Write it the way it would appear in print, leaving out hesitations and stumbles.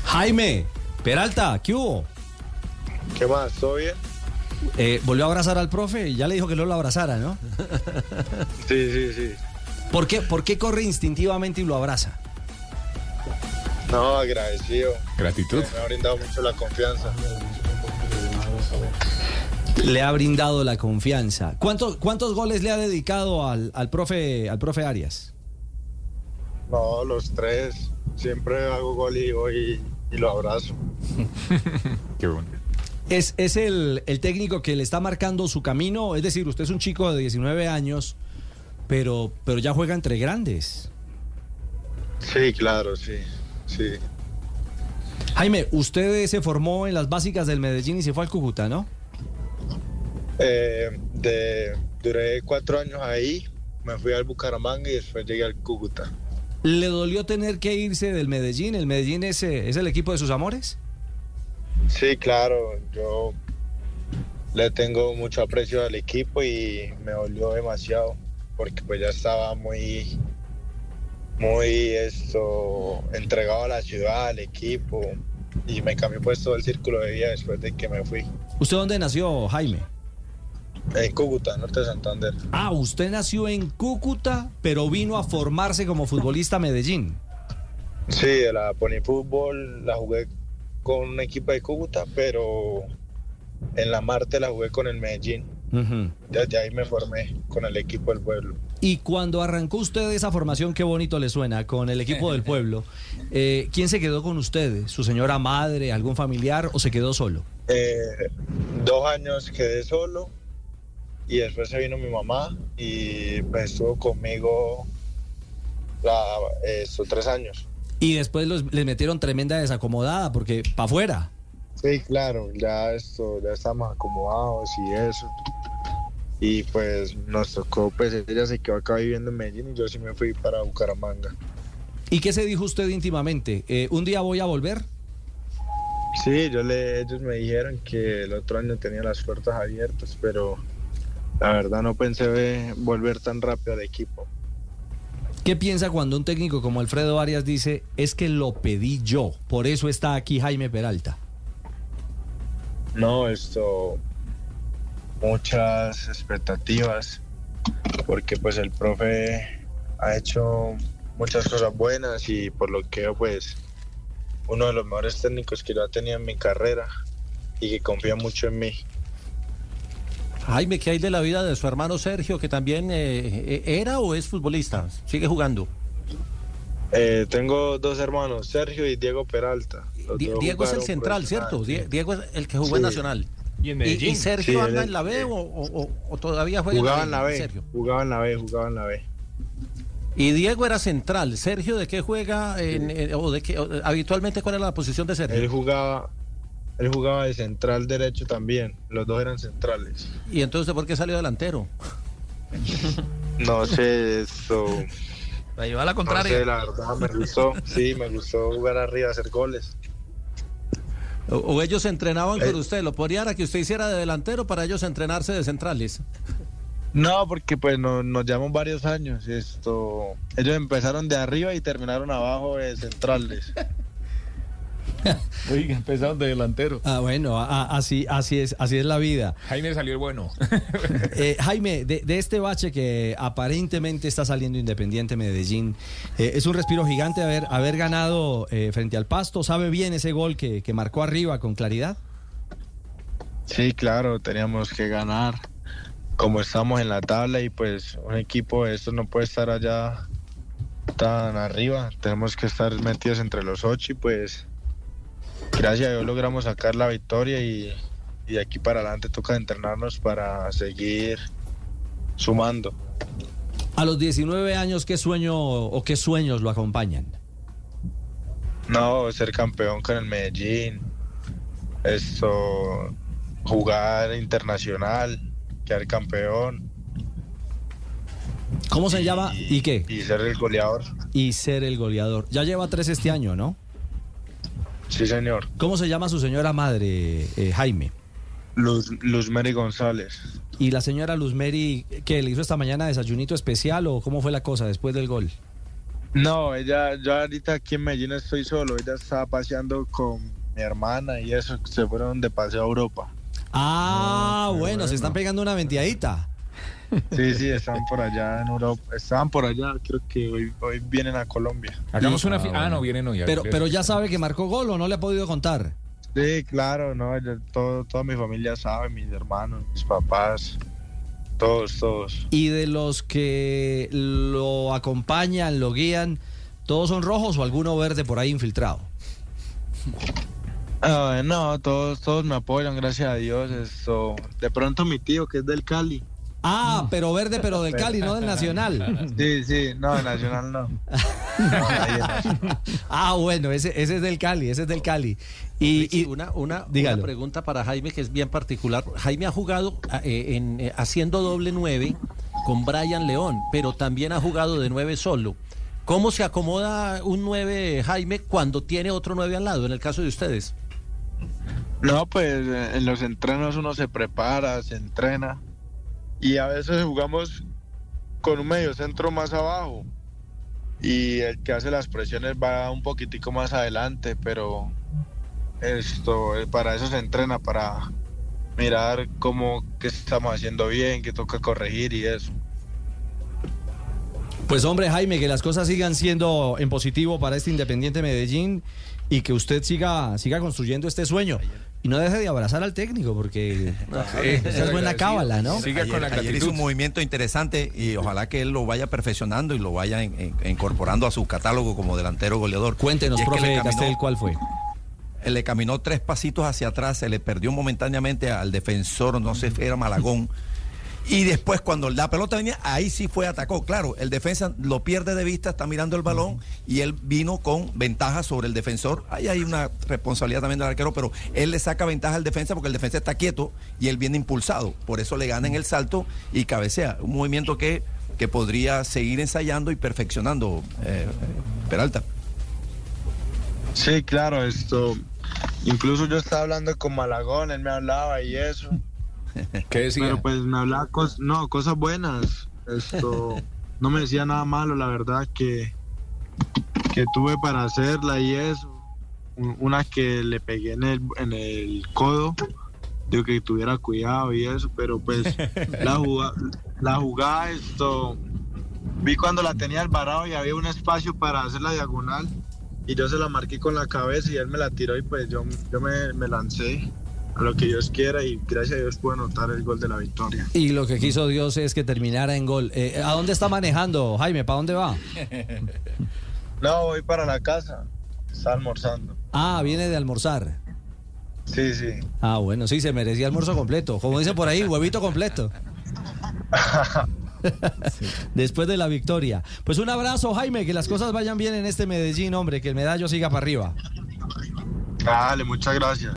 Jaime Peralta, ¿qué hubo? ¿Qué más? ¿Todo bien? ¿Volvió a abrazar al profe? Ya le dijo que no lo abrazara, ¿no? Sí. ¿Por qué corre instintivamente y lo abraza? No, agradecido. Gratitud. Me ha brindado mucho la confianza. Le ha brindado la confianza. ¿Cuántos goles le ha dedicado al profe Arias? No, los 3. Siempre hago gol y voy y lo abrazo. Qué bueno. ¿Es el técnico que le está marcando su camino? Es decir, usted es un chico de 19 años, pero ya juega entre grandes. Sí, claro, sí. Jaime, usted se formó en las básicas del Medellín y se fue al Cúcuta, ¿no? Duré 4 años ahí, me fui al Bucaramanga y después llegué al Cúcuta. ¿Le dolió tener que irse del Medellín? ¿El Medellín es el equipo de sus amores? Sí, claro, yo le tengo mucho aprecio al equipo y me dolió demasiado porque pues ya estaba muy entregado a la ciudad, al equipo, y me cambió pues todo el círculo de vida después de que me fui. ¿Usted dónde nació, Jaime? En Cúcuta, norte de Santander. Ah, usted nació en Cúcuta, pero vino a formarse como futbolista a Medellín. Sí, de la Ponifútbol la jugué con un equipo de Cúcuta, pero en la Marte la jugué con el Medellín. Uh-huh. Desde ahí me formé con el equipo del pueblo. Y cuando arrancó usted esa formación, qué bonito le suena, con el equipo del pueblo, ¿quién se quedó con usted? ¿Su señora madre, algún familiar o se quedó solo? 2 años quedé solo y después se vino mi mamá y pues estuvo conmigo 3 años. Y después les metieron tremenda desacomodada porque para afuera. Sí, claro, ya estamos acomodados y eso. Y pues nos tocó, pues ella se quedó acá viviendo en Medellín y yo sí me fui para Bucaramanga. ¿Y qué se dijo usted íntimamente? ¿Un día voy a volver? Sí, ellos me dijeron que el otro año tenía las puertas abiertas, pero la verdad no pensé volver tan rápido al equipo. ¿Qué piensa cuando un técnico como Alfredo Arias dice, es que lo pedí yo, por eso está aquí Jaime Peralta? No, muchas expectativas, porque pues el profe ha hecho muchas cosas buenas y por lo que pues uno de los mejores técnicos que yo he tenido en mi carrera y que confía mucho en mí. Jaime, ¿qué hay de la vida de su hermano Sergio, que también era o es futbolista? ¿Sigue jugando? Tengo 2 hermanos, Sergio y Diego Peralta. Diego es el central, ¿cierto? Diego es el que jugó en Nacional. ¿Y en Medellín? ¿Y Sergio Sí, anda en la B o todavía juega jugaba en la B? Sergio? Jugaba en la B. Y Diego era central. ¿Sergio de qué juega? Habitualmente, ¿cuál era la posición de Sergio? Él jugaba de central derecho también. Los 2 eran centrales. ¿Y entonces por qué salió delantero? No sé, eso. La lleva a la contraria. No sé, la verdad me gustó. Sí, me gustó jugar arriba, hacer goles. ¿O ellos se entrenaban con usted? ¿Lo ponían a que usted hiciera de delantero para ellos entrenarse de centrales? No, porque pues nos llevamos varios años. Ellos empezaron de arriba y terminaron abajo de centrales. Oiga, empezaron de delantero. Ah, bueno, así es la vida. Jaime salió el bueno. Jaime, de este bache que aparentemente está saliendo Independiente Medellín, es un respiro gigante haber ganado frente al Pasto. ¿Sabe bien ese gol que marcó arriba con claridad? Sí, claro, teníamos que ganar. Como estamos en la tabla y pues un equipo de estos no puede estar allá tan arriba. Tenemos que estar metidos entre los 8 y pues gracias a Dios logramos sacar la victoria y de aquí para adelante toca entrenarnos para seguir sumando. A los 19 años, ¿qué sueño o qué sueños lo acompañan? No, ser campeón con el Medellín, jugar internacional, quedar campeón. ¿Cómo se llama y qué? Y ser el goleador. Y ser el goleador. Ya lleva 3 este año, ¿no? Sí, señor. ¿Cómo se llama su señora madre, Jaime? Luz Mary González. ¿Y la señora Luz Mary, qué le hizo esta mañana desayunito especial o cómo fue la cosa después del gol? No, yo ahorita aquí en Medellín estoy solo. Ella estaba paseando con mi hermana y eso, se fueron de paseo a Europa. Bueno, se están pegando una ventiadita. Sí, están por allá en Europa. Estaban por allá, creo que hoy vienen a Colombia. Hagamos una no, vienen hoy. Pero ya sabe que marcó gol o no le ha podido contar. Sí, claro, no, toda mi familia sabe, mis hermanos, mis papás, todos. Y de los que lo acompañan, lo guían, ¿todos son rojos o alguno verde por ahí infiltrado? No, todos me apoyan, gracias a Dios. De pronto mi tío, que es del Cali. Pero verde, pero del Cali, no del Nacional. Sí, no, del Nacional no. Bueno, ese es del Cali, Y una pregunta para Jaime que es bien particular. Jaime ha jugado haciendo doble 9 con Brian León, pero también ha jugado de 9 solo. ¿Cómo se acomoda un 9, Jaime, cuando tiene otro 9 al lado, en el caso de ustedes? No, pues en los entrenos uno se prepara, se entrena. Y a veces jugamos con un mediocentro más abajo y el que hace las presiones va un poquitico más adelante, pero para eso se entrena, para mirar qué estamos haciendo bien, qué toca corregir y eso. Pues hombre, Jaime, que las cosas sigan siendo en positivo para este Independiente Medellín y que usted siga construyendo este sueño. Y no deje de abrazar al técnico, porque esa es buena cábala, ¿no? Ayer hizo un movimiento interesante y ojalá que él lo vaya perfeccionando y lo vaya incorporando a su catálogo como delantero goleador. Cuéntenos, profe Castel, ¿cuál fue? Le caminó 3 pasitos hacia atrás, se le perdió momentáneamente al defensor, no sé si era Malagón. Y después cuando la pelota venía, ahí sí atacó. Claro, el defensa lo pierde de vista, está mirando el balón y él vino con ventaja sobre el defensor. Ahí hay una responsabilidad también del arquero, pero él le saca ventaja al defensa porque el defensa está quieto y él viene impulsado. Por eso le gana en el salto y cabecea. Un movimiento que podría seguir ensayando y perfeccionando Peralta. Sí, claro, incluso yo estaba hablando con Malagón, él me hablaba y eso. ¿Qué decía? Pero pues me hablaba cosas buenas. No me decía nada malo, la verdad que tuve para hacerla y eso. Una que le pegué en el codo, digo que tuviera cuidado y eso, pero pues la jugada vi cuando la tenía al varado y había un espacio para hacer la diagonal y yo se la marqué con la cabeza y él me la tiró y pues yo me lancé a lo que Dios quiera y gracias a Dios pude anotar el gol de la victoria. Y lo que quiso Dios es que terminara en gol. ¿A dónde está manejando, Jaime? ¿Para dónde va? No, voy para la casa. Está almorzando. Viene de almorzar. Sí. Bueno, sí, se merecía almuerzo completo. Como dice por ahí, huevito completo. Después de la victoria. Pues un abrazo, Jaime, que las cosas vayan bien en este Medellín, hombre, que el medallo siga para arriba. Dale, muchas gracias.